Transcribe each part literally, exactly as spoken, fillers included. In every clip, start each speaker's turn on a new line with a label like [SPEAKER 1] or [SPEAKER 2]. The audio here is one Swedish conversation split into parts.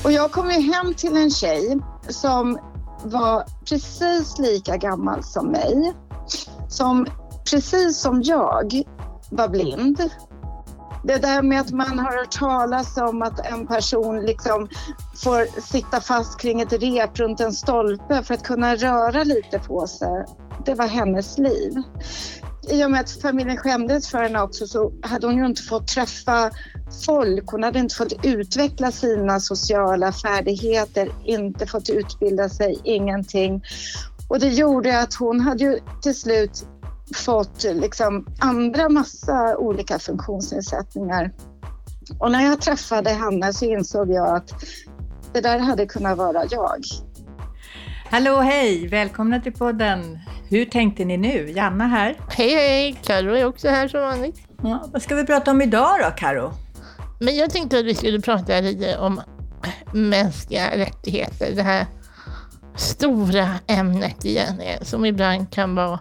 [SPEAKER 1] Och jag kom ju hem till en tjej som var precis lika gammal som mig. Som precis som jag var blind. Det där med att man har hört talas om att en person liksom får sitta fast kring ett rep runt en stolpe för att kunna röra lite på sig. Det var hennes liv. I och med att familjen skämdes för henne också så hade hon ju inte fått träffa folk. Hon hade inte fått utveckla sina sociala färdigheter, inte fått utbilda sig, ingenting. Och det gjorde att hon hade ju till slut fått liksom andra massa olika funktionsnedsättningar. Och när jag träffade henne så insåg jag att det där hade kunnat vara jag.
[SPEAKER 2] Hallå, hej! Välkomna till podden. Hur tänkte ni nu? Janna här.
[SPEAKER 3] Hej, hej! Karo är också här som vanligt.
[SPEAKER 2] Ja, vad ska vi prata om idag då, Karo?
[SPEAKER 3] Men jag tänkte att vi skulle prata lite om mänskliga rättigheter. Det här stora ämnet igen, som ibland kan vara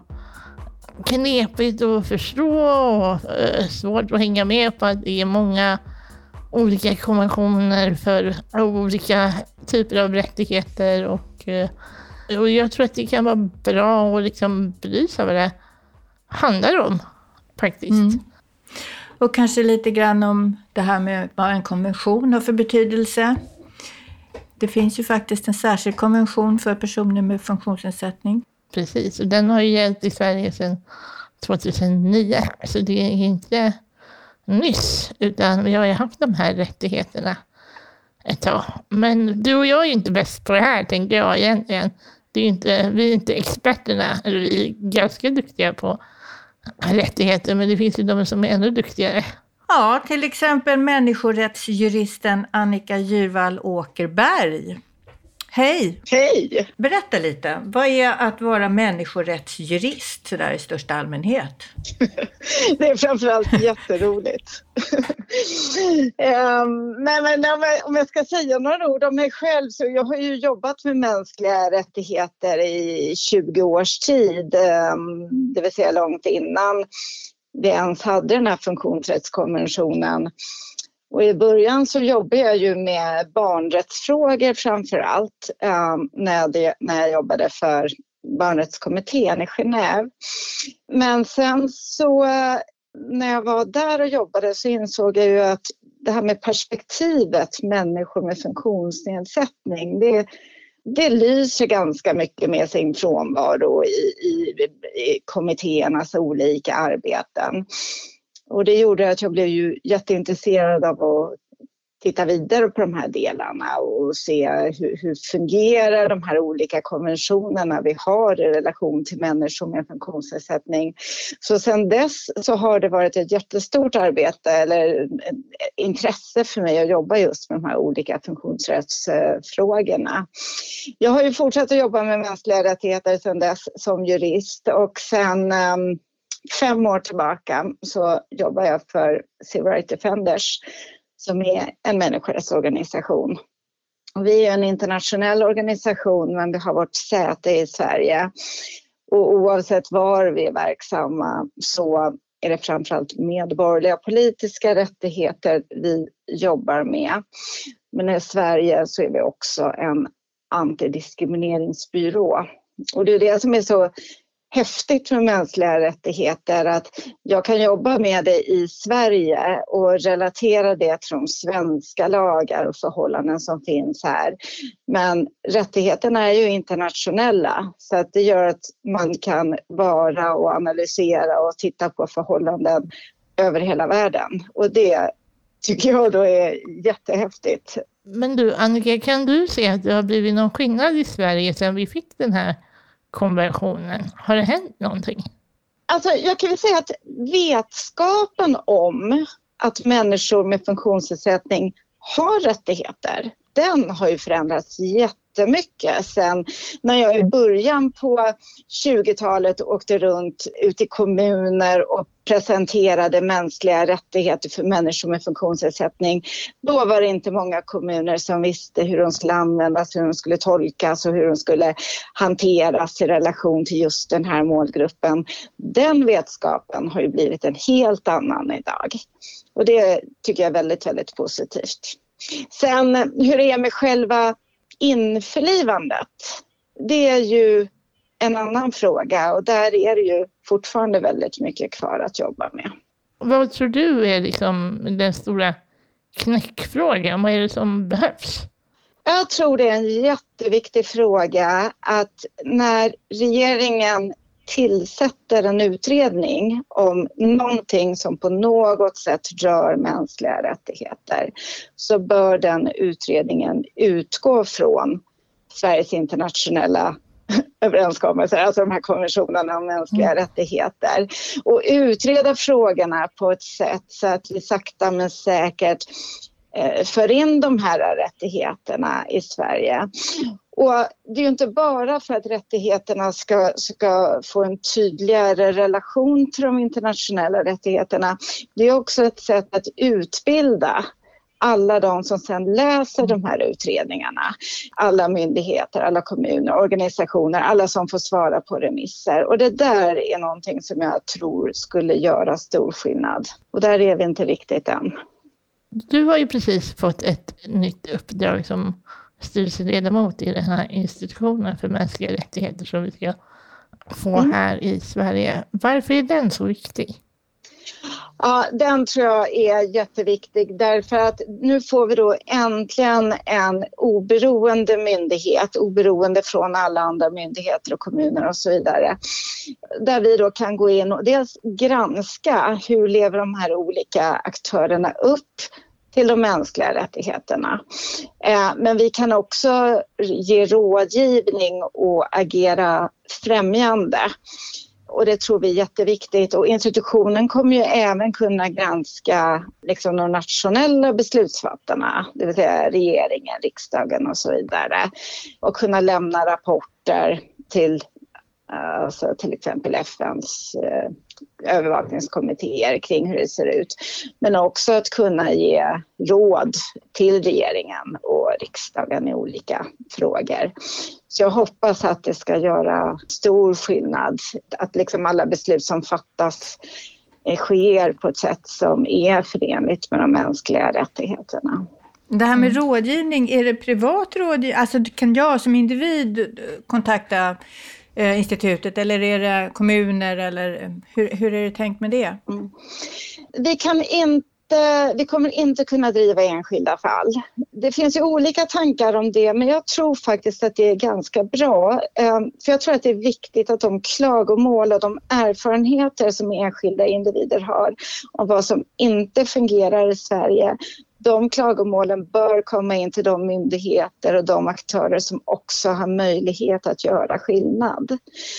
[SPEAKER 3] knepigt att förstå och svårt att hänga med på att det är många olika konventioner för olika typer av rättigheter och, och jag tror att det kan vara bra att liksom belysa vad det handlar om faktiskt. Mm.
[SPEAKER 2] Och kanske lite grann om det här med vad en konvention har för betydelse. Det finns ju faktiskt en särskild konvention för personer med funktionsnedsättning.
[SPEAKER 3] Precis, och den har ju gällt i Sverige sedan tjugohundranio, så det är inte nyss, utan vi har ju haft de här rättigheterna ett tag. Men du och jag är ju inte bäst på det här, tänker jag egentligen. Det är inte, vi är inte experterna, eller vi är ganska duktiga på rättigheter, men det finns ju de som är ännu duktigare.
[SPEAKER 2] Ja, till exempel människorättsjuristen Annika Djurvall Åkerberg. Hej!
[SPEAKER 1] Hej!
[SPEAKER 2] Berätta lite, vad är att vara människorättsjurist så där i största allmänhet?
[SPEAKER 1] Det är framförallt jätteroligt. um, nej, men, om jag ska säga några ord om mig själv så jag har ju jobbat med mänskliga rättigheter i tjugo års tid. Um, det vill säga långt innan vi ens hade den här funktionsrättskonventionen. Och i början så jobbade jag ju med barnrättsfrågor framför allt eh, när, det, när jag jobbade för barnrättskommittén i Genève. Men sen så eh, när jag var där och jobbade så insåg jag ju att det här med perspektivet människor med funktionsnedsättning, det, det lyser ganska mycket med sin frånvaro i, i, i kommittéernas olika arbeten. Och det gjorde att jag blev ju jätteintresserad av att titta vidare på de här delarna och se hur, hur fungerar de här olika konventionerna vi har i relation till människor med funktionsnedsättning. Så sedan dess så har det varit ett jättestort arbete eller intresse för mig att jobba just med de här olika funktionsrättsfrågorna. Jag har ju fortsatt att jobba med mänskliga rättigheter sedan dess som jurist och sen fem år tillbaka så jobbar jag för Civil Rights Defenders som är en människorättsorganisation. Vi är en internationell organisation men vi har vårt säte i Sverige. Och oavsett var vi är verksamma så är det framförallt medborgerliga politiska rättigheter vi jobbar med. Men i Sverige så är vi också en antidiskrimineringsbyrå. Och det är det som är så häftigt med mänskliga rättigheter att jag kan jobba med det i Sverige och relatera det till de svenska lagar och förhållanden som finns här. Men rättigheterna är ju internationella så att det gör att man kan vara och analysera och titta på förhållanden över hela världen. Och det tycker jag då är jättehäftigt.
[SPEAKER 3] Men du Annika, kan du se att det har blivit någon skillnad i Sverige sedan vi fick den här konventionen? Har det hänt någonting?
[SPEAKER 1] Alltså jag kan ju säga att vetskapen om att människor med funktionsnedsättning har rättigheter, den har ju förändrats jättemycket sen när jag i början på tjugotalet åkte runt ut i kommuner och presenterade mänskliga rättigheter för människor med funktionsnedsättning. Då var det inte många kommuner som visste hur de skulle användas, hur de skulle tolkas och hur de skulle hanteras i relation till just den här målgruppen. Den vetskapen har ju blivit en helt annan idag. Och det tycker jag är väldigt, väldigt positivt. Sen hur det är med själva införlivandet, det är ju en annan fråga och där är det ju fortfarande väldigt mycket kvar att jobba med.
[SPEAKER 3] Vad tror du är liksom den stora knäckfrågan? Vad är det som behövs?
[SPEAKER 1] Jag tror det är en jätteviktig fråga att när regeringen tillsätter en utredning om någonting som på något sätt rör mänskliga rättigheter så bör den utredningen utgå från Sveriges internationella överenskommelser, alltså de här konventionerna om mänskliga mm. rättigheter och utreda frågorna på ett sätt så att vi sakta men säkert eh, för in de här rättigheterna i Sverige. Och det är ju inte bara för att rättigheterna ska, ska få en tydligare relation till de internationella rättigheterna. Det är också ett sätt att utbilda alla de som sedan läser de här utredningarna. Alla myndigheter, alla kommuner, organisationer, alla som får svara på remisser. Och det där är någonting som jag tror skulle göra stor skillnad. Och där är vi inte riktigt än.
[SPEAKER 3] Du har ju precis fått ett nytt uppdrag som styrelseledamot i den här institutionen för mänskliga rättigheter som vi ska få mm. här i Sverige. Varför är den så viktig?
[SPEAKER 1] Ja, den tror jag är jätteviktig därför att nu får vi då äntligen en oberoende myndighet, oberoende från alla andra myndigheter och kommuner och så vidare. Där vi då kan gå in och dels granska hur lever de här olika aktörerna upp till de mänskliga rättigheterna. Eh, men vi kan också ge rådgivning och agera främjande. Och det tror vi är jätteviktigt. Och institutionen kommer ju även kunna granska liksom, de nationella beslutsfattarna, det vill säga regeringen, riksdagen och så vidare. Och kunna lämna rapporter till, alltså, till exempel F N:s eh, övervakningskommittéer kring hur det ser ut. Men också att kunna ge råd till regeringen och riksdagen i olika frågor. Så jag hoppas att det ska göra stor skillnad. Att liksom alla beslut som fattas sker på ett sätt som är förenligt med de mänskliga rättigheterna.
[SPEAKER 2] Det här med mm. rådgivning, är det privat rådgivning? Alltså kan jag som individ kontakta eh, institutet eller är det kommuner eller hur, hur är det tänkt med det?
[SPEAKER 1] Mm. Vi kan inte Vi kommer inte kunna driva enskilda fall. Det finns ju olika tankar om det men jag tror faktiskt att det är ganska bra. För jag tror att det är viktigt att de klagomål och de erfarenheter som enskilda individer har om vad som inte fungerar i Sverige, de klagomålen bör komma in till de myndigheter och de aktörer som också har möjlighet att göra skillnad.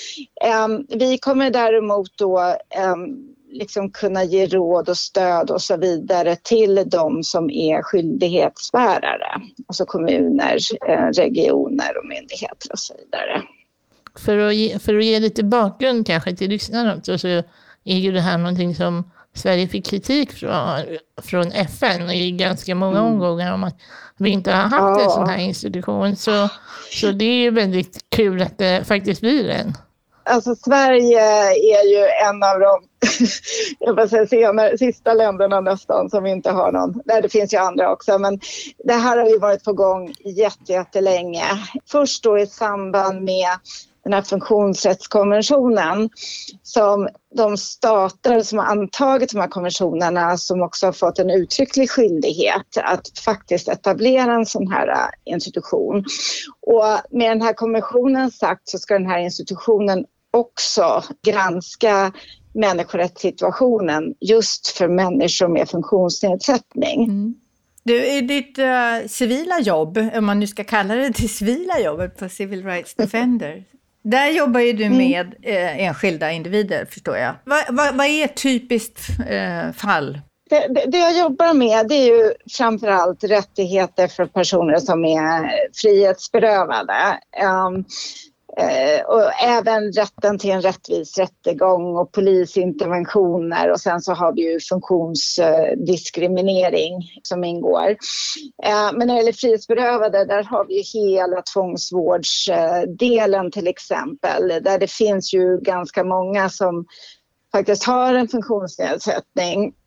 [SPEAKER 1] Vi kommer däremot då liksom kunna ge råd och stöd och så vidare till de som är skyldighetsbärare. Alltså kommuner, regioner och myndigheter och så vidare.
[SPEAKER 3] För att ge, för att ge lite bakgrund kanske till lyssnarna också, så är ju det här någonting som Sverige fick kritik från, från F N i ganska många mm. omgångar om att vi inte har haft ja. en sån här institution. Så, så det är ju väldigt kul att det faktiskt blir en.
[SPEAKER 1] Alltså Sverige är ju en av de jag vill säga, senare, sista länderna nästan som inte har någon. Nej, det finns ju andra också, men det här har ju varit på gång jätte, jättelänge. Först då i samband med den här funktionsrättskonventionen som de stater som har antagit de här konventionerna som också har fått en uttrycklig skyldighet att faktiskt etablera en sån här institution. Och med den här konventionen sagt så ska den här institutionen också granska människorättssituationen just för människor med funktionsnedsättning. Mm.
[SPEAKER 2] Du, i ditt uh, civila jobb, om man nu ska kalla det till civila jobbet på Civil Rights Defender, där jobbar ju du med eh, enskilda individer, förstår jag. Vad va, va är ett typiskt eh, fall?
[SPEAKER 1] Det, det, det jag jobbar med det är ju framförallt rättigheter för personer som är frihetsberövade. Um, eh, och även rätten till en rättvis rättegång och polisinterventioner. Och sen så har vi ju funktionsdiskriminering som ingår. Eh, men när det gäller frihetsberövade, där har vi ju hela tvångsvårdsdelen till exempel. Där det finns ju ganska många som faktiskt har en funktionsnedsättning.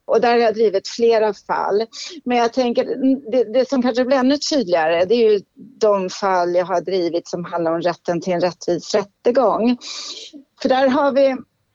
[SPEAKER 1] Och där har jag drivit flera fall. Men jag tänker, det, det som kanske blir ännu tydligare, det är ju de fall jag har drivit som handlar om rätten till en rättvis rättegång. För där har vi,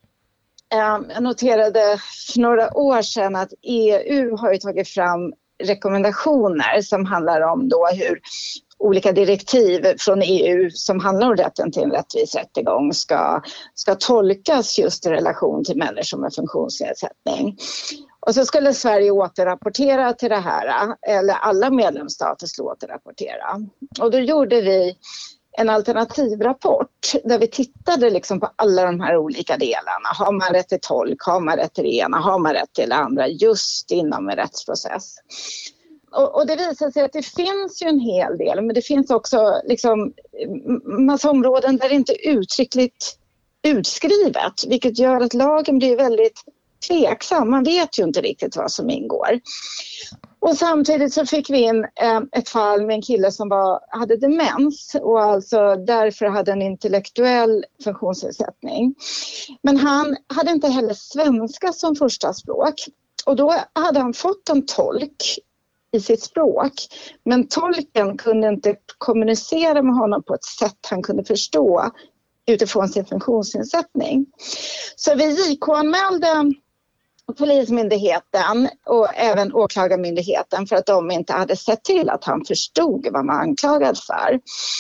[SPEAKER 1] eh, jag noterade för några år sedan att E U har ju tagit fram rekommendationer som handlar om då hur olika direktiv från E U som handlar om rätten till en rättvis rättegång ska, ska tolkas just i relation till människor med funktionsnedsättning. Och så skulle Sverige återrapportera till det här, eller alla medlemsstater skulle återrapportera. Och då gjorde vi en alternativrapport där vi tittade liksom på alla de här olika delarna. Har man rätt till tolk, har man rätt till det ena, har man rätt till det andra just inom en rättsprocess. Och, och det visar sig att det finns ju en hel del, men det finns också liksom massa områden där det inte är uttryckligt utskrivet, vilket gör att lagen blir väldigt tveksam. Man vet ju inte riktigt vad som ingår. Och samtidigt så fick vi in eh, ett fall med en kille som var, hade demens och alltså därför hade en intellektuell funktionsnedsättning. Men han hade inte heller svenska som första språk. Och då hade han fått en tolk i sitt språk. Men tolken kunde inte kommunicera med honom på ett sätt han kunde förstå utifrån sin funktionsnedsättning. Så vi J K-anmälde Polismyndigheten och även åklagarmyndigheten för att de inte hade sett till att han förstod vad man anklagad för.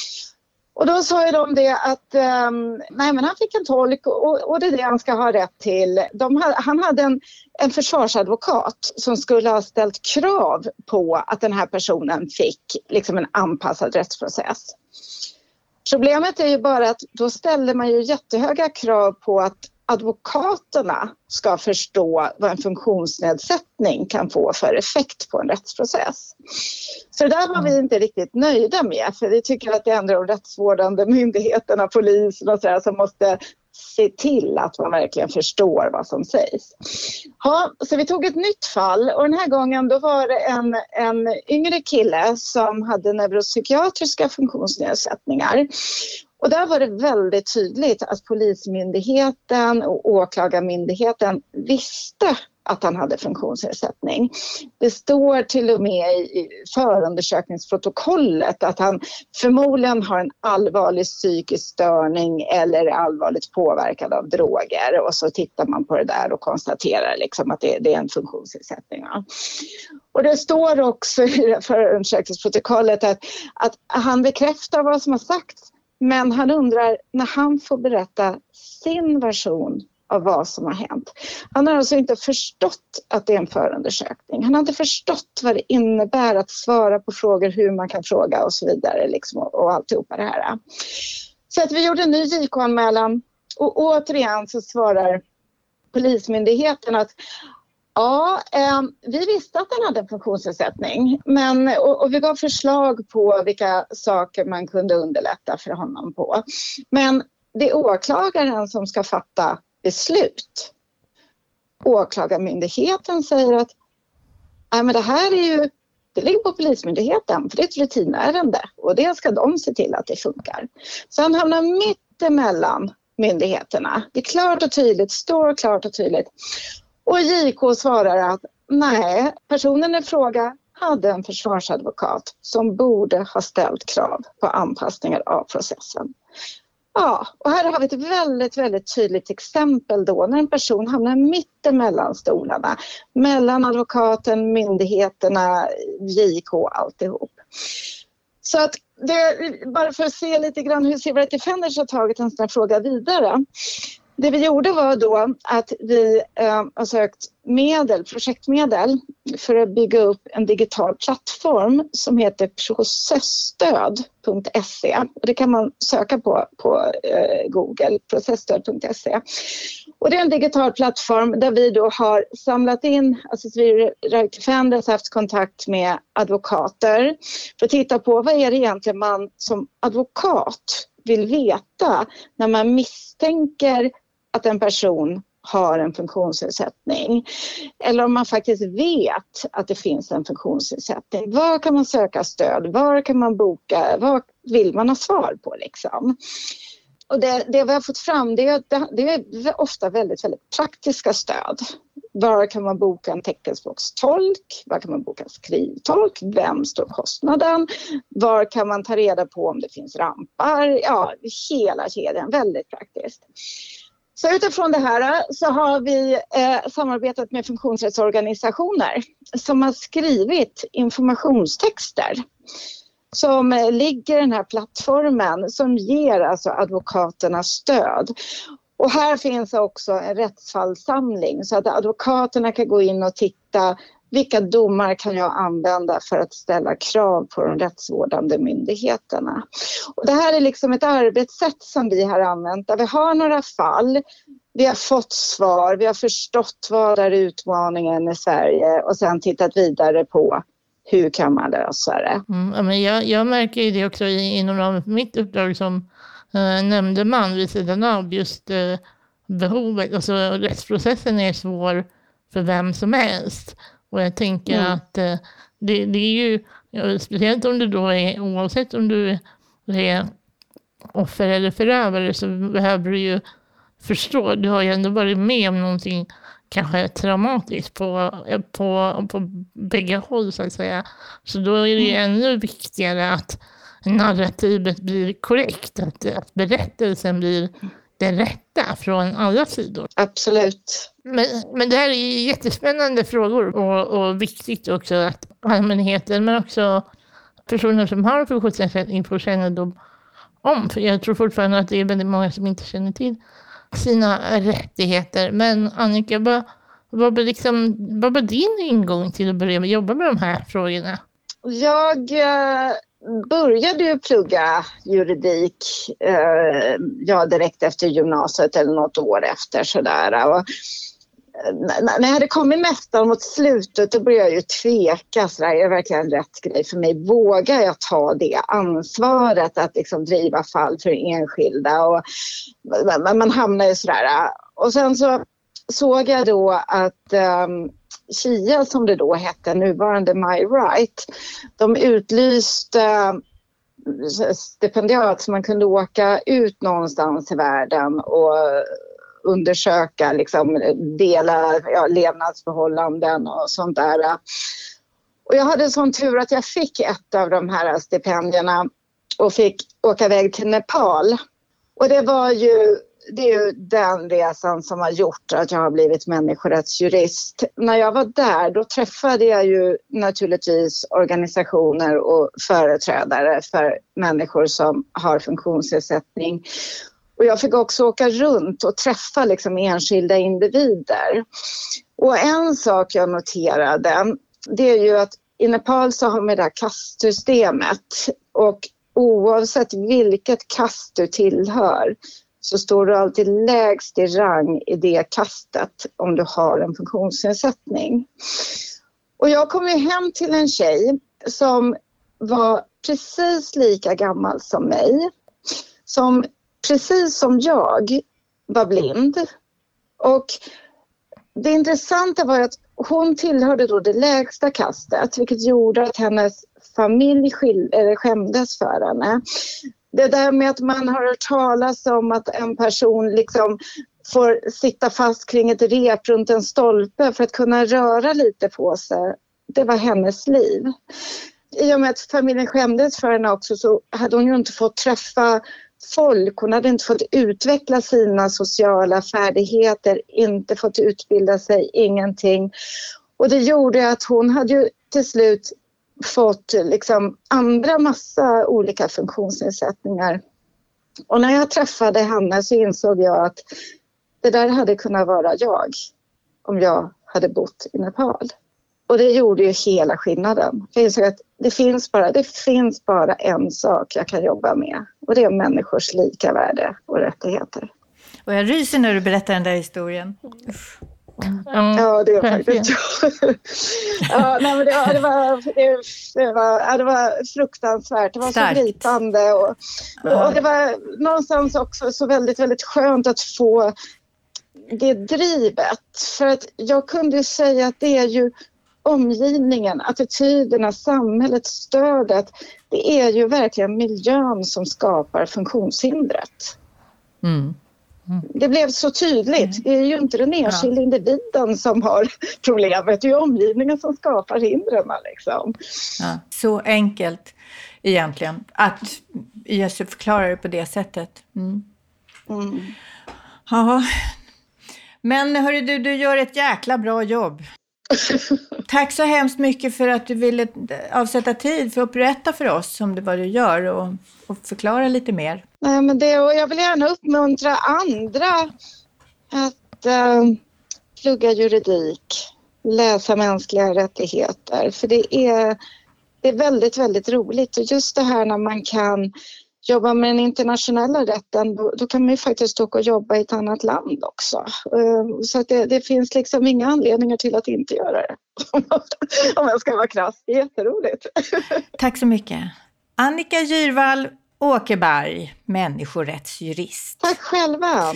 [SPEAKER 1] Och då sa ju de det att um, nej men han fick en tolk och, och det är det han ska ha rätt till. De, han hade en, en försvarsadvokat som skulle ha ställt krav på att den här personen fick liksom en anpassad rättsprocess. Problemet är ju bara att då ställer man ju jättehöga krav på att advokaterna ska förstå vad en funktionsnedsättning kan få för effekt på en rättsprocess. Så det där var vi inte riktigt nöjda med, för vi tycker att det är ändå de rättsvårdande myndigheterna, polisen och sådär som måste se till att man verkligen förstår vad som sägs. Ja, så vi tog ett nytt fall och den här gången då var det en, en yngre kille som hade neuropsykiatriska funktionsnedsättningar. Och där var det väldigt tydligt att Polismyndigheten och åklagarmyndigheten visste att han hade funktionsnedsättning. Det står till och med i förundersökningsprotokollet att han förmodligen har en allvarlig psykisk störning eller är allvarligt påverkad av droger. Och så tittar man på det där och konstaterar liksom att det, det är en funktionsnedsättning. Ja. Och det står också i förundersökningsprotokollet att, att han bekräftar vad som har sagts. Men han undrar när han får berätta sin version av vad som har hänt. Han har alltså inte förstått att det är en förundersökning. Han har inte förstått vad det innebär att svara på frågor, hur man kan fråga och så vidare. Liksom, och, och alltihopa det här. Så att vi gjorde en ny J K-anmälan och återigen så svarar Polismyndigheten att ja, eh, vi visste att han hade en funktionsnedsättning men, och, och vi gav förslag på vilka saker man kunde underlätta för honom på. Men det är åklagaren som ska fatta beslut. Åklagarmyndigheten säger att nej, men det här är ju, det ligger på Polismyndigheten för det är ett rutinärende och det ska de se till att det funkar. Så han hamnar mitt emellan myndigheterna. Det är klart och tydligt, står klart och tydligt. Och J K svarar att nej, personen i fråga hade en försvarsadvokat som borde ha ställt krav på anpassningar av processen. Ja, och här har vi ett väldigt, väldigt tydligt exempel då när en person hamnar mitt emellan stolarna. Mellan advokaten, myndigheterna, J K, alltihop. Så att det, bara för att se lite grann hur Civil Rights Defenders har tagit en sån här fråga vidare. Det vi gjorde var då att vi eh, har sökt medel, projektmedel för att bygga upp en digital plattform som heter processstöd punkt se. Det kan man söka på på eh, Google, processstöd punkt se. Och det är en digital plattform där vi då har samlat in, alltså Civil Rights Defenders har haft kontakt med advokater för att titta på vad är det egentligen man som advokat vill veta när man misstänker att en person har en funktionsnedsättning. Eller om man faktiskt vet att det finns en funktionsnedsättning. Var kan man söka stöd? Var kan man boka? Vad vill man ha svar på liksom? Och det, det vi har fått fram det är, det är ofta väldigt, väldigt praktiska stöd. Var kan man boka en teckenspråkstolk? Var kan man boka en skrivtolk? Vem står kostnaden? Var kan man ta reda på om det finns rampar? Ja, hela kedjan. Väldigt praktiskt. Så utifrån det här så har vi eh, samarbetat med funktionsrättsorganisationer som har skrivit informationstexter som eh, ligger i den här plattformen som ger alltså advokaterna stöd. Och här finns också en rättsfallssamling så att advokaterna kan gå in och titta vilka domar kan jag använda för att ställa krav på de rättsvårdande myndigheterna. Och det här är liksom ett arbetssätt som vi har använt där vi har några fall, vi har fått svar, vi har förstått vad är utmaningen i Sverige och sen tittat vidare på hur kan man lösa det.
[SPEAKER 3] Mm, men jag, jag märker ju det också inom mitt uppdrag som Uh, nämnde man vid sidan av just uh, behovet. Alltså rättsprocessen är svår för vem som helst. Och jag tänker mm. att uh, det, det är ju, ja, speciellt om du då är, oavsett om du är offer eller förövare så behöver du ju förstå. Du har ju ändå varit med om någonting kanske traumatiskt på, på, på bägge håll så att säga. Så då är det ju mm. ännu viktigare att narrativet blir korrekt, att, att berättelsen blir det rätta från alla sidor.
[SPEAKER 1] Absolut.
[SPEAKER 3] Men, men det här är jättespännande frågor och, och viktigt också att allmänheten men också personer som har funktionsnedsättning får kännedom om. För jag tror fortfarande att det är väldigt många som inte känner till sina rättigheter. Men Annika, vad, vad, var liksom, vad var din ingång till att börja jobba med de här frågorna?
[SPEAKER 1] Jag eh, började ju plugga juridik eh, ja, direkt efter gymnasiet eller något år efter sådär. Och, när jag hade kommit nästan mot slutet då började jag ju tveka. Så där, är det verkligen rätt grej för mig? Vågar jag ta det ansvaret att liksom driva fall för enskilda? Och man, man hamnar ju sådär. Och sen så såg jag då att um, Kia, som det då hette, nuvarande My Right, de utlyste stipendiat så man kunde åka ut någonstans i världen och undersöka, liksom, dela ja, levnadsförhållanden och sånt där. Och jag hade sån tur att jag fick ett av de här stipendierna och fick åka iväg till Nepal. Och det var ju, det är ju den resan som har gjort att jag har blivit människorättsjurist. När jag var där då träffade jag ju naturligtvis organisationer och företrädare för människor som har funktionsnedsättning. Och jag fick också åka runt och träffa liksom enskilda individer. Och en sak jag noterade, det är ju att i Nepal så har man det här kastsystemet. Och oavsett vilket kast du tillhör så står du alltid lägst i rang i det kastet om du har en funktionsnedsättning. Och jag kom ju hem till en tjej som var precis lika gammal som mig. Som precis som jag var blind. Och det intressanta var att hon tillhörde då det lägsta kastet, vilket gjorde att hennes familj skil- eller skämdes för henne. Det där med att man har hört talas om att en person liksom får sitta fast kring ett rep runt en stolpe för att kunna röra lite på sig, det var hennes liv. I och med att familjen skämdes för henne också så hade hon ju inte fått träffa folk, hon hade inte fått utveckla sina sociala färdigheter, inte fått utbilda sig, ingenting. Och det gjorde att hon hade ju till slut fått liksom andra massa olika funktionsnedsättningar. Och när jag träffade henne så insåg jag att det där hade kunnat vara jag om jag hade bott i Nepal. Och det gjorde ju hela skillnaden. Jag insåg att det finns bara, det finns bara en sak jag kan jobba med. Och det är människors lika värde och rättigheter.
[SPEAKER 2] Och jag ryser när du berättar den där historien.
[SPEAKER 3] Mm.
[SPEAKER 1] Ja, det är faktiskt ja, nej, men det, ja, det, var, det, det, var, ja, det var fruktansvärt. Det var Starkt. Så gripande. Och, och det var någonstans också så väldigt, väldigt skönt att få det drivet. För att jag kunde säga att det är ju omgivningen, attityderna, samhället, stödet. Det är ju verkligen miljön som skapar funktionshindret.
[SPEAKER 2] Mm.
[SPEAKER 1] Mm. Det blev så tydligt. Det är ju inte den enskilda ja. individen som har problemet. Det är ju omgivningen som skapar hindren. Liksom.
[SPEAKER 2] Ja, så enkelt egentligen att Jesus förklarar det på det sättet. Mm. Mm. Ja. Men hörru du, du gör ett jäkla bra jobb. Tack så hemskt mycket för att du ville avsätta tid för att berätta för oss om det vad du gör och, och förklara lite mer.
[SPEAKER 1] Nej, men det, och jag vill gärna uppmuntra andra att äh, plugga juridik, läsa mänskliga rättigheter. För det är, det är väldigt, väldigt roligt. Och just det här när man kan jobba med den internationella rätten, då, då kan man ju faktiskt åka och jobba i ett annat land också. Så att det, det finns liksom inga anledningar till att inte göra det. Om jag ska vara krass. Det är jätteroligt.
[SPEAKER 2] Tack så mycket. Annika Gyrvall Åkerberg, människorättsjurist.
[SPEAKER 1] Tack själva.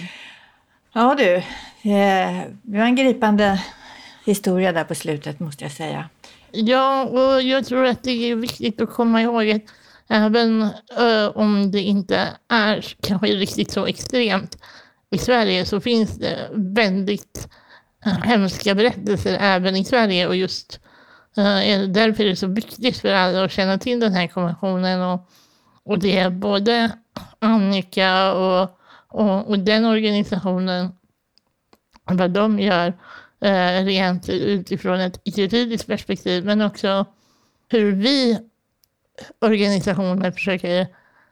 [SPEAKER 2] Ja du, det var en gripande historia där på slutet måste jag säga.
[SPEAKER 3] Ja, och jag tror att det är viktigt att komma ihåg att även uh, om det inte är kanske riktigt så extremt i Sverige så finns det väldigt uh, hemska berättelser även i Sverige och just uh, därför är det så viktigt för alla att känna till den här konventionen och, och det är både Annika och, och, och den organisationen vad de gör uh, rent utifrån ett juridiskt perspektiv men också hur vi organisationer försöker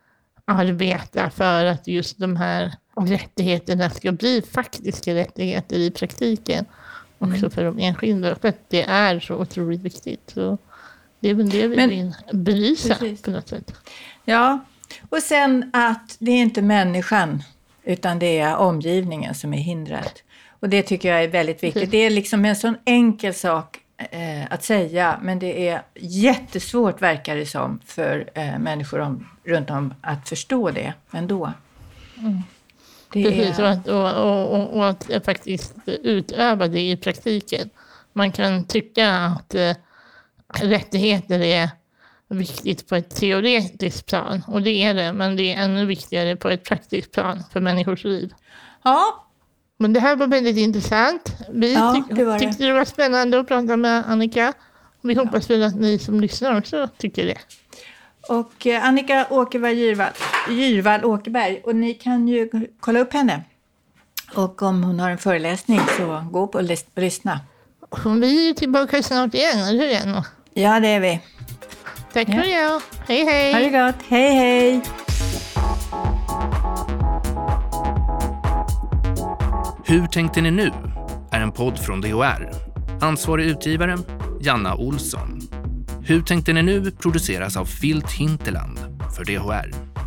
[SPEAKER 3] arbeta för att just de här rättigheterna ska bli faktiska rättigheter i praktiken också mm. för de enskilda. För att det är så otroligt viktigt. Så det är väl det vi Men, vill belysa precis. På något sätt.
[SPEAKER 2] Ja, och sen att det är inte människan utan det är omgivningen som är hindret. Och det tycker jag är väldigt viktigt. Det är liksom en sån enkel sak att säga, men det är jättesvårt verkar det som för eh, människor om, runt om att förstå det ändå. Mm.
[SPEAKER 3] Det Precis, är... och, och, och, och att faktiskt utöva det i praktiken. Man kan tycka att eh, rättigheter är viktigt på ett teoretiskt plan, och det är det, men det är ännu viktigare på ett praktiskt plan för människors liv.
[SPEAKER 2] Ja.
[SPEAKER 3] Men det här var väldigt intressant. Vi
[SPEAKER 2] ja,
[SPEAKER 3] tyck-
[SPEAKER 2] det var det.
[SPEAKER 3] tyckte det var spännande att prata med Annika. Vi ja. hoppas väl att ni som lyssnar också tycker det.
[SPEAKER 2] Och eh, Annika Åkerberg Gyrvall, Gyrvall Åkerberg. Och ni kan ju kolla upp henne. Och om hon har en föreläsning så gå på och lys- lyssna.
[SPEAKER 3] Vi är tillbaka snart igen, eller hur igen?
[SPEAKER 2] Ja, det är vi.
[SPEAKER 3] Tack ja. för det. Hej, hej.
[SPEAKER 2] Ha det gott. Hej, hej.
[SPEAKER 4] Hur tänkte ni nu? Är en podd från D H R. Ansvarig utgivare, Janna Olsson. Hur tänkte ni nu produceras av Filt Hinterland för D H R.